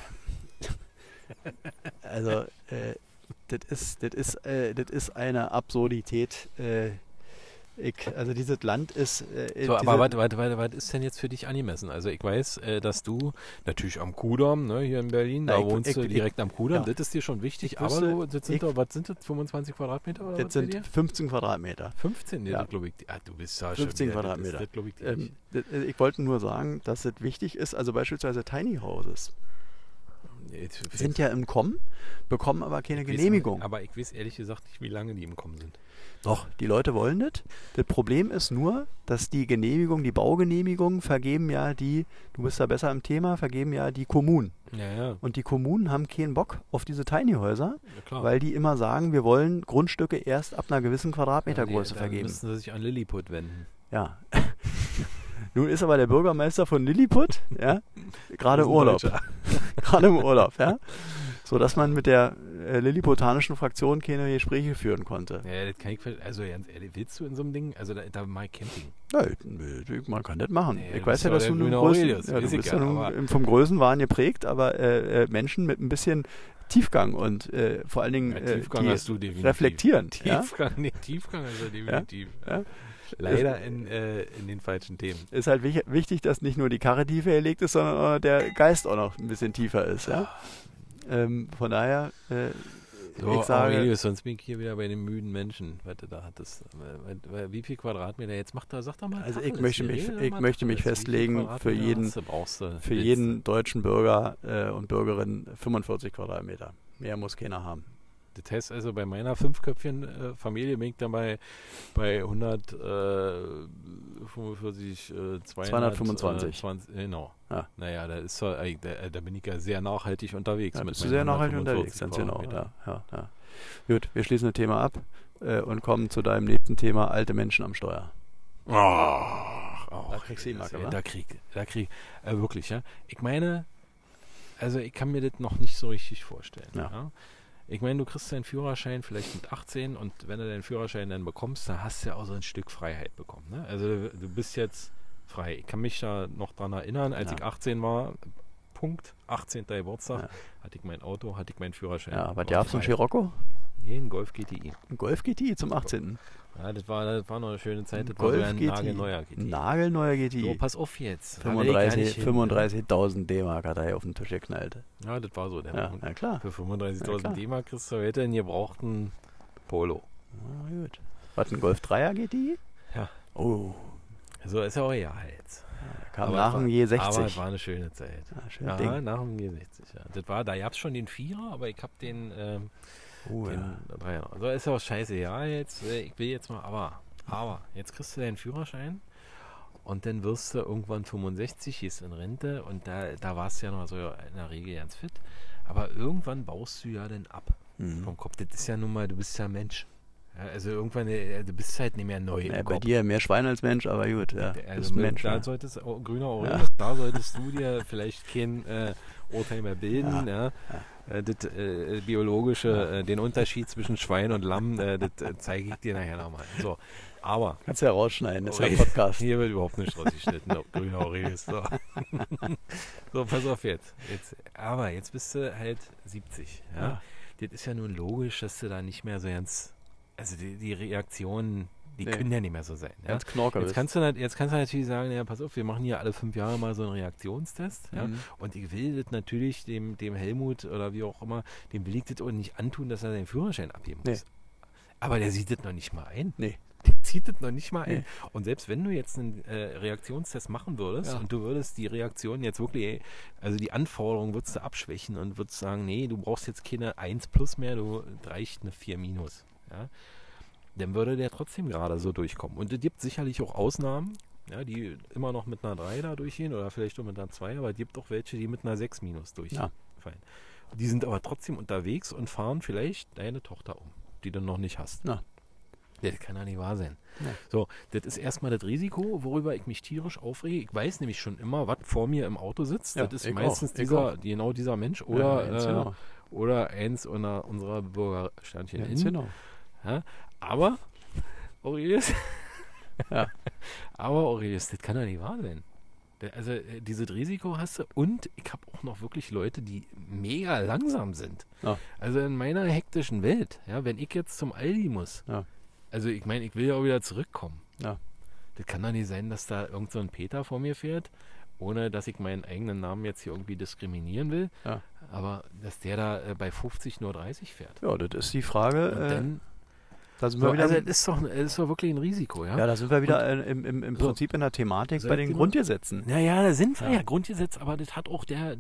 Also, das ist eine Absurdität. Also dieses Land ist. So, aber was ist denn jetzt für dich angemessen? Also ich weiß, dass du natürlich am Kudamm, ne, hier in Berlin, Ja, da ich- wohnst du ich- direkt am Kudamm, ja. das ist dir schon wichtig, Ich aber wüsste- das sind doch, was sind das, 25 Quadratmeter oder Das was bei sind dir? 15 Quadratmeter. 15, Ja. das glaube ich. Du bist ja 15 schon wieder, Quadratmeter. Das glaube ich dir nicht. Ich wollte nur sagen, dass es wichtig ist, also beispielsweise Tiny Houses sind ja im Kommen, bekommen aber keine Ich weiß- Genehmigung. Aber ich weiß ehrlich gesagt nicht, wie lange die im Kommen sind. Doch, die Leute wollen das. Das Problem ist nur, dass die Baugenehmigung vergeben ja du bist da besser im Thema, vergeben ja die Kommunen. Ja, ja, Und die Kommunen haben keinen Bock auf diese Tiny Häuser, klar. weil die immer sagen, wir wollen Grundstücke erst ab einer gewissen Quadratmetergröße Dann vergeben. müssen sie sich an Lilliput wenden. Ja. Nun ist aber der Bürgermeister von Lilliput, ja, gerade Das im ist ein Urlaub. Deutscher. Gerade im Urlaub, ja. So dass man mit der lilliputanischen Fraktion keine Gespräche führen konnte. Ja, das kann ich also ganz ehrlich, willst du in so einem Ding, also da mal Camping. Ja, man kann das machen. Nee, Ich du weiß bist ja, ja dass der du nun grüne Größen, Aurelius, ja, weiß du ich bist ja, ja nun aber- vom Größenwahn geprägt, aber Menschen mit ein bisschen Tiefgang und vor allen Dingen Ja, Tiefgang die hast du definitiv. reflektieren. Ja? Tiefgang ist er definitiv. Ja. Leider in den falschen Themen. Ist halt wichtig, dass nicht nur die Karre tiefer gelegt ist, sondern der Geist auch noch ein bisschen tiefer ist. Ja? Von daher, So, ich sage, Aurelius, sonst bin ich hier wieder bei den müden Menschen. Warte, da hat das, wie viel Quadratmeter? Jetzt sag doch mal. Also Tacheles, ich möchte hier, mich- rede doch ich mal möchte mich Tacheles. Wie viel festlegen, Quadratmeter für jeden- brauchst du? für Willst- jeden deutschen Bürger und Bürgerin 45 Quadratmeter. Mehr muss keiner haben. Das heißt also, bei meiner fünfköpfigen Familie bin ich dann bei 145, 225. 20, genau. Ja. Naja, da bin ich ja sehr nachhaltig unterwegs. Ja, mit bist du meinen sehr nachhaltig 145 unterwegs, ganz genau. Quadratmetern. Ja. Gut, wir schließen das Thema ab und kommen zu deinem nächsten Thema, alte Menschen am Steuer. Da kriegst du die Macke, wa? Da krieg wirklich, ja. Ich meine, also ich kann mir das noch nicht so richtig vorstellen. Ja. Ja. Ich meine, du kriegst deinen Führerschein vielleicht mit 18 und wenn du deinen Führerschein dann bekommst, dann hast du ja auch so ein Stück Freiheit bekommen. Ne? Also du bist jetzt frei. Ich kann mich da noch dran erinnern, als Ja. ich 18 war, Punkt, 18. Geburtstag, Ja. hatte ich mein Auto, hatte ich meinen Führerschein. Ja, aber War der hast du einen frei. Scirocco? Nee, ein Golf GTI. Ein Golf GTI zum 18. Ja, das war noch eine schöne Zeit. Das Golf war so ein GTI. nagelneuer GTI. Nagelneuer GTI. So, pass auf jetzt. Da will ich gar nicht hin. 35.000 D-Mark hat er hier auf den Tisch geknallt. Ja, das war so. Ja, na klar. Für 35.000 Ja, klar. D-Mark kriegst du heute einen gebrauchten Polo. Na gut. Was, ein Golf 3er GTI? Ja. Oh. So ist ja auch ja jetzt. Kam Aber nach es war- dem G60. Aber es war eine schöne Zeit. Ja, schönes Ja, Ding. nach dem G60. Ja. Das war, da gab es schon den Vierer, aber ich habe den Ja. Dreier. Also ist ja auch scheiße. Ja, jetzt, ich will jetzt mal, aber, jetzt kriegst du deinen Führerschein und dann wirst du irgendwann 65, gehst in Rente und da warst du ja noch so in der Regel ganz fit. Aber irgendwann baust du ja dann ab vom Kopf. Das ist ja nun mal, du bist ja Mensch. Ja, also irgendwann, du bist halt nicht mehr neu im Bei Kopf. dir mehr Schwein als Mensch, aber gut, ja. Also Bist ein Mensch. da Ja. solltest grüner Aurelius, da solltest du dir vielleicht kein Urteil mehr bilden. Ja. Das biologische, den Unterschied zwischen Schwein und Lamm, das zeige ich dir nachher nochmal. So, aber Kannst du ja rausschneiden, das ist ja ein Aurelius- Podcast. hier wird überhaupt nicht rausgeschnitten, grüner Aurelius. So. So, pass auf jetzt. Aber jetzt bist du halt 70. Ja? Ja. Das ist ja nun logisch, dass du da nicht mehr so ganz, also die Reaktionen, die Nee. können ja nicht mehr so sein. Ja? Ganz knorkerisch. Jetzt kannst du natürlich sagen, ja, pass auf, wir machen hier alle 5 Jahre mal so einen Reaktionstest. Ja? Und ich will das natürlich dem Helmut oder wie auch immer, dem will ich das auch nicht antun, dass er seinen Führerschein abgeben muss. Nee. Aber der sieht das noch nicht mal ein. Nee. Der zieht das noch nicht mal ein. Nee. Und selbst wenn du jetzt einen Reaktionstest machen würdest Ja. und du würdest die Reaktion jetzt wirklich, also die Anforderungen würdest du abschwächen und würdest sagen, nee, du brauchst jetzt keine 1 plus mehr, du reicht eine 4 minus. Ja? Dann würde der trotzdem gerade so durchkommen. Und es gibt sicherlich auch Ausnahmen, ja, die immer noch mit einer 3 da durchgehen oder vielleicht auch mit einer 2, aber es gibt auch welche, die mit einer 6 minus durchfallen. Die sind aber trotzdem unterwegs und fahren vielleicht deine Tochter um, die du noch nicht hast. Na. Das kann ja nicht wahr sein. Nee. So, das ist erstmal das Risiko, worüber ich mich tierisch aufrege. Ich weiß nämlich schon immer, was vor mir im Auto sitzt. Ja, Das ist ich meistens auch, ich genau dieser Mensch Ja, oder, ganz genau. oder eins unserer Bürgersternchen Ganz innen. genau. Ja, aber, Aurelius, Ja. aber Aurelius, das kann ja nicht wahr sein. Also dieses Risiko hast du und ich habe auch noch wirklich Leute, die mega langsam sind. Ja. Also in meiner hektischen Welt, ja, wenn ich jetzt zum Aldi muss, Ja. also ich meine, ich will ja auch wieder zurückkommen. Ja. Das kann doch nicht sein, dass da irgend so ein Peter vor mir fährt, ohne dass ich meinen eigenen Namen jetzt hier irgendwie diskriminieren will, Ja. aber dass der da bei 50 nur 30 fährt. Ja, das ist die Frage. Und dann, Da sind so, wir wieder, also es ist doch wirklich ein Risiko, ja? ja, da sind wir wieder im so. Prinzip in der Thematik Soll bei ich den die mal- Grundgesetzen. Ja, da sind wir Ja. ja Grundgesetz, aber das hat auch der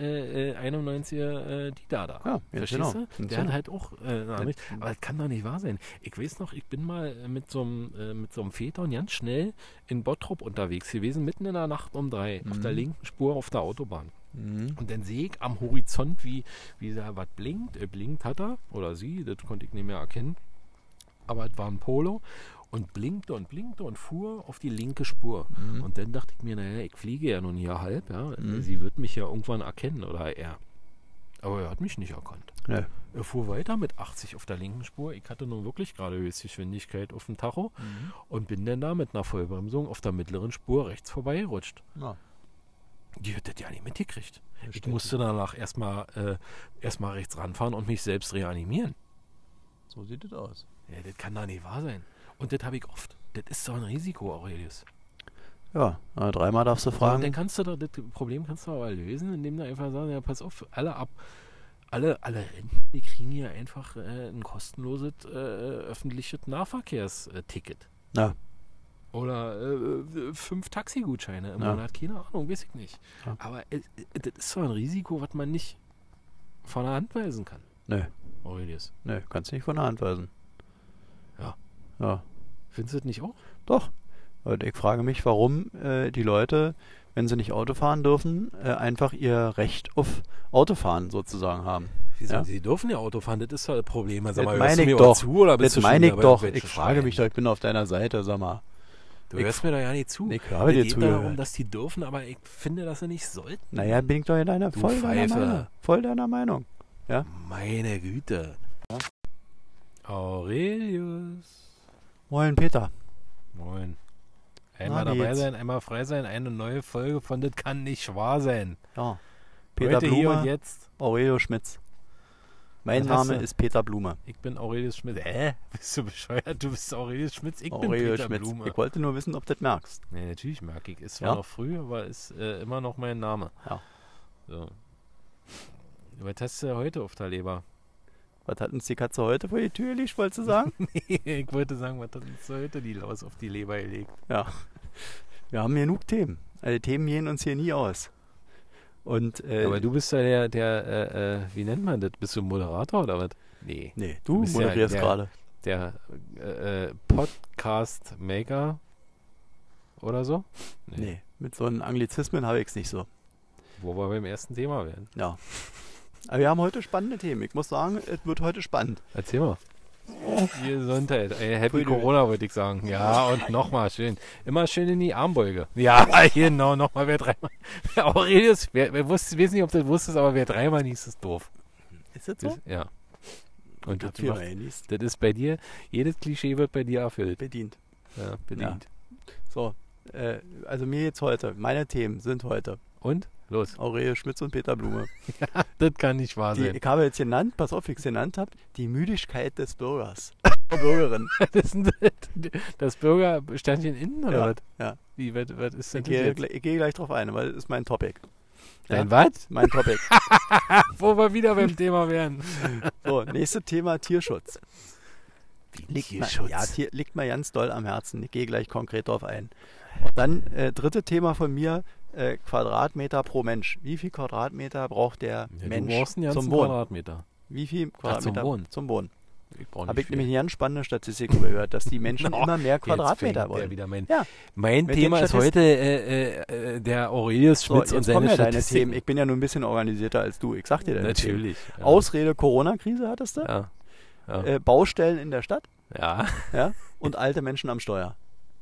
91er die da. Ja, ja, Verstehst genau. du? Ganz Der hat genau. halt auch eine Nachricht. Aber das kann doch nicht wahr sein. Ich weiß noch, ich bin mal mit so einem Phaeton ganz schnell in Bottrop unterwegs gewesen, mitten in der Nacht um 3, auf der linken Spur auf der Autobahn. Mhm. Und dann sehe ich am Horizont, wie da was blinkt. Blinkt hat er, oder sie, das konnte ich nicht mehr erkennen. Aber es war ein Polo und blinkte und fuhr auf die linke Spur. Mhm. Und dann dachte ich mir, naja, ich fliege ja nun hier halb, ja. Sie wird mich ja irgendwann erkennen oder er. Aber er hat mich nicht erkannt. Ja. Er fuhr weiter mit 80 auf der linken Spur. Ich hatte nun wirklich gerade Höchstgeschwindigkeit auf dem Tacho und bin dann da mit einer Vollbremsung auf der mittleren Spur rechts vorbeigerutscht. Ja. Die hat das ja nicht mitgekriegt. Ich Verstehe. musste danach erstmal rechts ranfahren und mich selbst reanimieren. So sieht es aus. Ja, das kann doch nicht wahr sein. Und das habe ich oft. Das ist doch ein Risiko, Aurelius. Ja, dreimal darfst du Und fragen. dann kannst du doch, das Problem kannst du aber lösen, indem du einfach sagst, ja, pass auf, alle Rentner, die kriegen hier einfach ein kostenloses öffentliches Nahverkehrsticket. Ja. Oder 5 Taxigutscheine im Ja. Monat, keine Ahnung, weiß ich nicht. Ja. Aber das ist so ein Risiko, was man nicht von der Hand weisen kann, Nö, Aurelius. nö, kannst nicht von der Hand weisen. Ja. Ja, Findest du das nicht auch? doch. Und ich frage mich, warum die Leute, wenn sie nicht Auto fahren dürfen, einfach ihr Recht auf Autofahren sozusagen haben. Wieso? Ja. Sie dürfen ja Auto fahren, das ist halt das Problem. Sag Das mal, hörst meine du ich mir doch. auch zu oder bist Das du schon meine ich wieder bei doch. irgendwelchen Ich frage Schreien? mich doch, ich bin auf deiner Seite, sag mal. Du hörst mir doch ja nicht zu. Ich habe dir Es geht zugehört. darum, dass die dürfen, aber ich finde, dass sie nicht sollten. Naja, bin ich doch in deiner, Du voll deiner Pfeife. Meinung. Voll deiner Meinung. Meine Güte. Aurelius. Moin, Peter. Moin. Einmal Na, wie dabei geht's? sein, einmal frei sein, eine neue Folge von Das kann nicht wahr sein. Ja. Peter Heute hier und Blume, jetzt. Aurelio Schmitz. Mein Was hast Name du? ist Peter Blume. Ich bin Aurelius Schmitz. Bist du bescheuert? Du bist Aurelius Schmitz, ich bin Aurelius Peter Schmitz. Blume. Ich wollte nur wissen, ob du das merkst. Nee, natürlich merke ich. Ist zwar Ja? noch früh, aber ist immer noch mein Name. Ja. So. Was hast du heute auf der Leber? Was hat uns die Katze heute vor die Tür gelegt, wolltest du sagen? Ich wollte sagen, was hat uns heute die Laus auf die Leber gelegt? Ja. Wir haben genug Themen. Also die Themen gehen uns hier nie aus. Und, Aber du bist ja der wie nennt man das? Bist du Moderator oder was? Nee. nee, Du du bist ja moderierst der- gerade. Der Podcast-Maker oder so? Nee, mit so einem Anglizismen habe ich es nicht so. Wo wir beim ersten Thema werden. Ja. Aber wir haben heute spannende Themen. Ich muss sagen, es wird heute spannend. Erzähl mal. Gesundheit. Happy Pfui, du. Corona, würde ich sagen. Ja, und nochmal schön. Immer schön in die Armbeuge. Ja, genau, nochmal, wer dreimal. Aurelius, wer wusste, ich weiß nicht, ob du das wusstest, aber wer dreimal niest, ist doof. Ist das so? Ja. Und Ich hab das, viel macht, Handys das ist bei dir, jedes Klischee wird bei dir erfüllt. bedient. Ja, bedient. So, also mir jetzt heute, meine Themen sind heute Und? Los. Aurelius Schmitz und Peter Blume. Das kann nicht wahr sein. Ich habe jetzt genannt, pass auf, wie ich es genannt habe, die Müdigkeit des Bürgers. Der Bürgerin. Das Bürgersternchen innen, oder Ja, was? ja. Wie, was ist denn Ich das gehe, jetzt? ich gehe gleich drauf ein, weil das ist mein Topic. Dein was? Mein Topic. Wo wir wieder beim Thema wären. So, nächstes Thema Tierschutz. Liegt Tierschutz. liegt mir ganz doll am Herzen. Ich gehe gleich konkret drauf ein. Und dann dritte Thema von mir, Quadratmeter pro Mensch. Wie viel Quadratmeter braucht der Ja, Mensch du brauchst einen ganzen zum Wohnen? Quadratmeter. Wie viel zum Quadratmeter Wohnen. Zum Wohnen. Ich brauche Habe nicht ich nämlich viel. eine ganz spannende Statistik gehört, dass die Menschen No, immer mehr Jetzt Quadratmeter fängt der wollen. wieder mein Ja, mein Mit Thema den ist heute der Aurelius so, Schmitz und jetzt kommen seine ja deine Statistiken. Themen. Ich bin ja nur ein bisschen organisierter als du. Ich sag dir deine Themen. Natürlich. Ja. Ausrede Corona-Krise hattest du, Ja. Ja. Baustellen in der Stadt, Ja. ja, und alte Menschen am Steuer.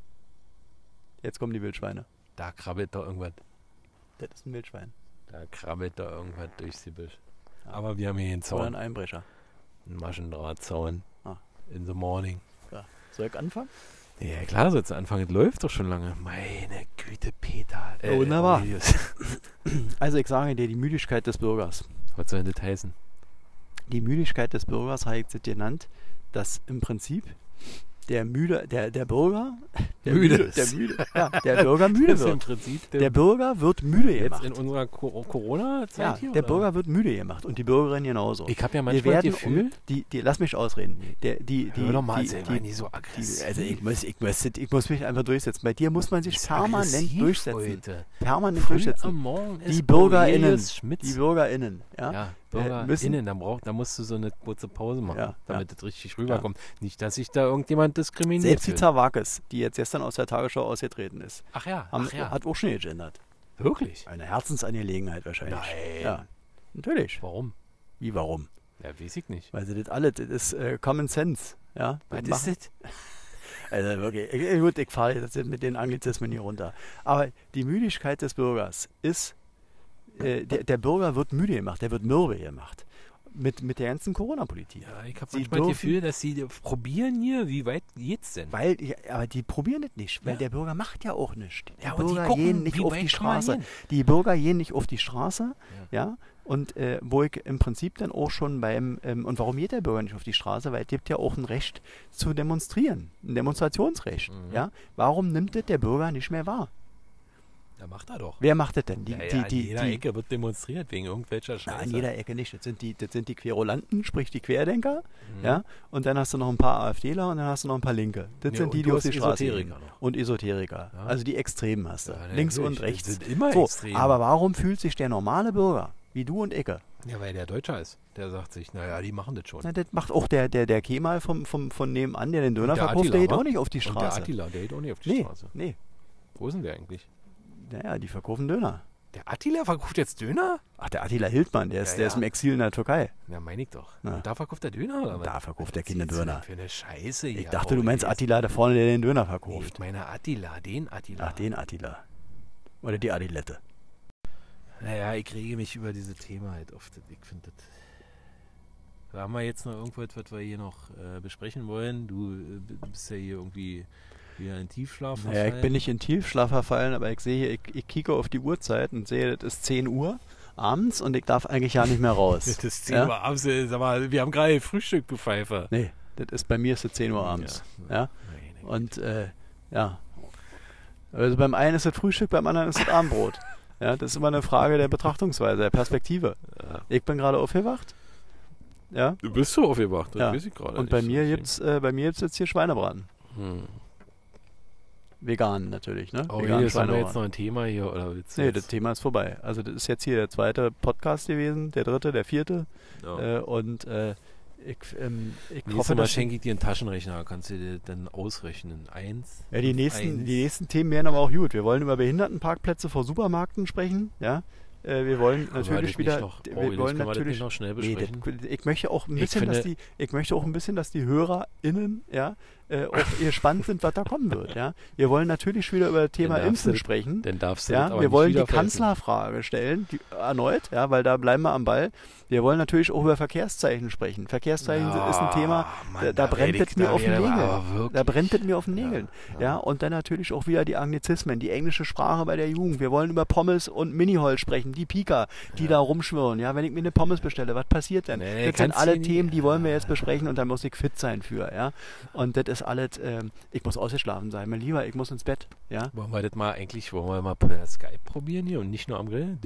Jetzt kommen die Wildschweine. Da krabbelt doch irgendwas. Das ist ein Wildschwein. Da krabbelt doch irgendwas durchs Gebüsch. Ja. Aber wir haben hier einen Oder Zaun. ein Einbrecher. Einen Maschendrahtzaun. Ah. In the morning. Ja. Soll ich anfangen? Ja, klar, sollst du anfangen. Es läuft doch schon lange. Meine Güte, Peter. Wunderbar. Aurelius. Also ich sage dir, die Müdigkeit des Bürgers. Was soll das heißen? Die Müdigkeit des Bürgers habe ich jetzt genannt, dass im Prinzip der Bürger, Müde ist. der Bürger müde Das ist im wird. Prinzip Der Bürger wird müde jetzt gemacht. in unserer Corona-Zeit Ja, hier? der oder? Bürger wird müde gemacht und die Bürgerin genauso. Ich habe ja Wir manchmal das werden Gefühl, lass mich ausreden. hör doch mal, sei mal die, nicht so aggressiv. also ich muss mich einfach durchsetzen. Bei dir muss man sich Ist permanent aggressiv durchsetzen. Heute. Permanent Früh am durchsetzen. Morgen Die ist BürgerInnen, Aurelius Schmitz. Die BürgerInnen, ja. Ja, müssen- BürgerInnen, da musst du so eine kurze Pause machen, Ja, damit das richtig rüberkommt. Nicht, dass sich da irgendjemand diskriminiert Selbst die fühlt. Zawakis, die jetzt gestern aus der Tagesschau ausgetreten ist, Ach ja, hat auch schon gegendert. wirklich? Eine Herzensangelegenheit wahrscheinlich. Nein. Ja, natürlich. Warum? Wie, warum? Ja, weiß ich nicht. Weil sie das alles, das ist Common Sense. Ja, Was das ist machen- das? Also wirklich, gut, ich fahre jetzt mit den Anglizismen hier runter. Aber die Müdigkeit des Bürgers ist, der Bürger wird müde gemacht, der wird mürbe gemacht. Mit der ganzen Corona-Politik. Ja, ich habe Sie manchmal das dürfen- Gefühl, dass sie probieren hier, wie weit geht's denn? Weil, ja, aber die probieren das nicht, weil Ja. der Bürger macht ja auch nichts. Die Ja, und die Bürger gucken, gehen nicht wie auf weit die kann man Straße. gehen? Die Bürger gehen nicht auf die Straße, ja. Und wo ich im Prinzip dann auch schon und warum geht der Bürger nicht auf die Straße? Weil es gibt ja auch ein Recht zu demonstrieren, ein Demonstrationsrecht, Mhm. ja. Warum nimmt das der Bürger nicht mehr wahr? Da macht er doch. Wer macht das denn? An jeder Ecke wird demonstriert wegen irgendwelcher Na, Scheiße. an jeder Ecke nicht. Das sind die Querulanten, sprich die Querdenker, Mhm. ja. Und dann hast du noch ein paar AfDler und dann hast du noch ein paar Linke. Das Ja, sind und die, du auf hast die Straße Esoteriker gehen. noch. Und Esoteriker. Ja. Also die Extremen hast du. Ja, Links natürlich. und rechts. Das sind immer So, Extreme. aber warum fühlt sich der normale Bürger, wie du und Ecke, Ja, weil der Deutscher ist. Der sagt sich, naja, die machen das schon. na, das macht auch der Kemal von nebenan, der den Döner Und der verkauft, Attila, der geht wa? auch nicht auf die Und der Straße. Attila, der geht auch nicht auf die Nee, Straße. nee. Wo ist denn der eigentlich? Naja, die verkaufen Döner. Der Attila verkauft jetzt Döner? Ach, der Attila Hildmann, der Ja, ist im Exil in der Türkei. Ja, meine ich doch. Na. Und da verkauft der Döner, oder was? Da verkauft der Was keine erzählst du Döner. denn für eine Scheiße hier. Ich dachte, du meinst Aurelius? Attila da vorne, der den Döner Nee, verkauft. ich meine Attila, den Attila. Ach, den Attila. Oder die Adilette. Naja, ich rege mich über diese Themen halt oft. Ich finde das... Da haben wir jetzt noch irgendwas, was wir hier noch besprechen wollen. Du bist ja hier irgendwie wieder in Tiefschlaf Naja, ich bin nicht in Tiefschlaf verfallen, aber ich sehe hier, ich kicke auf die Uhrzeit und sehe, das ist 10 Uhr abends und ich darf eigentlich ja nicht mehr raus. Das ist 10 Uhr abends, sag mal, wir haben gerade Frühstück, du Pfeife. Nee, bei mir ist es 10 Uhr abends. Ja? Und ja. Also beim einen ist es Frühstück, beim anderen ist es Abendbrot. Ja, das ist immer eine Frage der Betrachtungsweise, der Perspektive. Ja. Ich bin gerade aufgewacht. Ja. Du bist so aufgewacht, das Ja. weiß ich gerade. Und bei mir gibt's jetzt hier Schweinebraten. Vegan natürlich, ne? Oh, Vegan jetzt haben wir jetzt noch ein Thema hier, oder willst du Nee, jetzt? das Thema ist vorbei. Also das ist jetzt hier der zweite Podcast gewesen, der dritte, der vierte. Ja. Ich Nächstes hoffe, Mal dass schenke ich dir einen Taschenrechner, kannst du dir dann ausrechnen. 1. ja, die nächsten Themen werden aber auch gut. Wir wollen über Behindertenparkplätze vor Supermärkten sprechen, ja. Wir wollen natürlich wieder. Wir wollen natürlich noch schnell Nee, besprechen. ich möchte auch ein bisschen, dass die HörerInnen, ja, auch gespannt sind, was da kommen wird, ja. Wir wollen natürlich wieder über das Thema Impfen sprechen. Dann darfst du Ja, das aber wir nicht wollen die wieder vergessen. Kanzlerfrage stellen, erneut, ja, weil da bleiben wir am Ball. Wir wollen natürlich auch über Verkehrszeichen sprechen. Verkehrszeichen ist ein Thema, Mann, da brennt es mir auf den Nägeln. Da brennt es mir auf den Ja, Nägeln. ja. Ja, und dann natürlich auch wieder die Anglizismen, die englische Sprache bei der Jugend. Wir wollen über Pommes und Miniholz sprechen, die Pika, die da rumschwirren. Ja, wenn ich mir eine Pommes bestelle, was passiert denn? Nee, das sind kannst alle du Themen, nicht. die wollen wir jetzt besprechen und da muss ich fit sein für, ja. Und das ist alles, ich muss ausgeschlafen sein, mein Lieber, ich muss ins Bett, ja. Wollen wir mal per Skype probieren hier und nicht nur am Grill?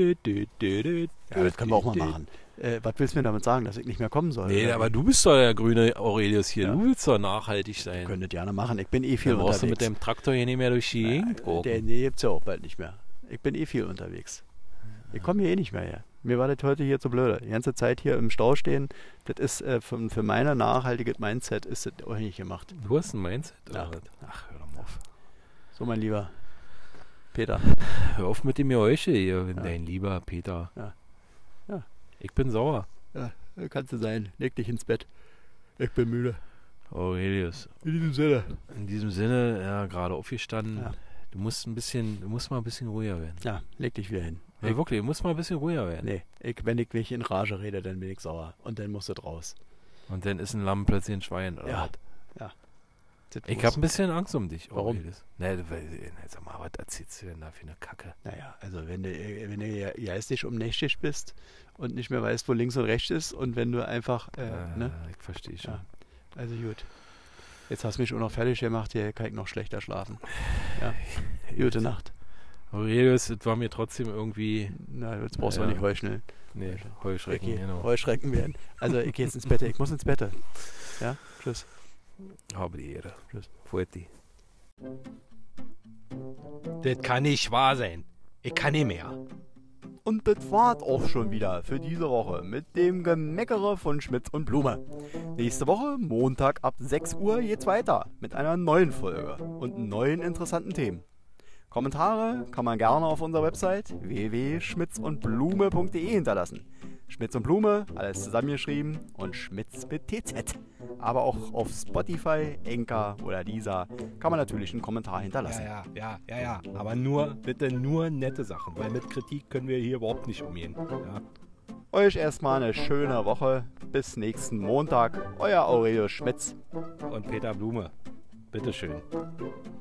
Ja, das können wir auch mal machen. Was willst du mir damit sagen, dass ich nicht mehr kommen soll? Nee, Oder aber wie? du bist doch der grüne Aurelius hier. Ja. Du willst doch nachhaltig sein. Ihr könnt das gerne machen. Ich bin eh viel Dann brauchst du mit unterwegs. dem Traktor hier nicht mehr durch die Gegend gucken. Den gibt's ja auch bald nicht mehr. Ich bin eh viel unterwegs. Ich komme hier eh nicht mehr her. Mir war das heute hier zu blöde. Die ganze Zeit hier im Stau stehen, das ist für mein nachhaltiges Mindset ist das auch nicht gemacht. Du hast ein Mindset? Ja. oder was? Ach, hör doch mal auf. So, mein Lieber Peter. Hör auf mit dem Geräusche hier, Ja. dein lieber Peter. Ja. Ja. Ich bin sauer. Ja, kannst du sein. Leg dich ins Bett. Ich bin müde. Aurelius. In diesem Sinne. In diesem Sinne, ja, gerade aufgestanden. Ja. Du musst mal ein bisschen ruhiger werden. Ja, leg dich wieder hin. Ja, wirklich, du musst mal ein bisschen ruhiger werden. Nee, wenn ich mich in Rage rede, dann bin ich sauer. Und dann musst du raus. Und dann ist ein Lamm plötzlich ein Schwein, oder Ja. was? Das Ich muss- habe ein bisschen Angst um dich. Warum? Aurelius. Nee, sag mal, was erzählst du denn da für eine Kacke? Naja, also wenn du geistig umnächtig bist und nicht mehr weißt, wo links und rechts ist und wenn du einfach, ne? Ich verstehe schon. Ja. Also gut. Jetzt hast du mich auch noch fertig gemacht, hier kann ich noch schlechter schlafen. Ja. Gute Nacht. Aurelius, es war mir trotzdem irgendwie. Na, jetzt brauchst du Ja. auch nicht heucheln. Nee, Heuschrecken, Okay, genau. Heuschrecken werden. Also ich gehe jetzt ins Bett. Ich muss ins Bett. Ja, tschüss. Habe die Ehre. Tschüss. Fuetti. Das kann nicht wahr sein. Ich kann nicht mehr. Und das war's auch schon wieder für diese Woche mit dem Gemeckere von Schmitz und Blume. Nächste Woche, Montag ab 6 Uhr, geht's weiter mit einer neuen Folge und neuen interessanten Themen. Kommentare kann man gerne auf unserer Website www.schmitzundblume.de hinterlassen. Schmitz und Blume, alles zusammengeschrieben und Schmitz mit TZ. Aber auch auf Spotify, Anchor oder Deezer kann man natürlich einen Kommentar hinterlassen. Ja. Aber bitte nur nette Sachen, weil mit Kritik können wir hier überhaupt nicht umgehen. Ja. Euch erstmal eine schöne Woche. Bis nächsten Montag. Euer Aurelius Schmitz. Und Peter Blume, bitteschön.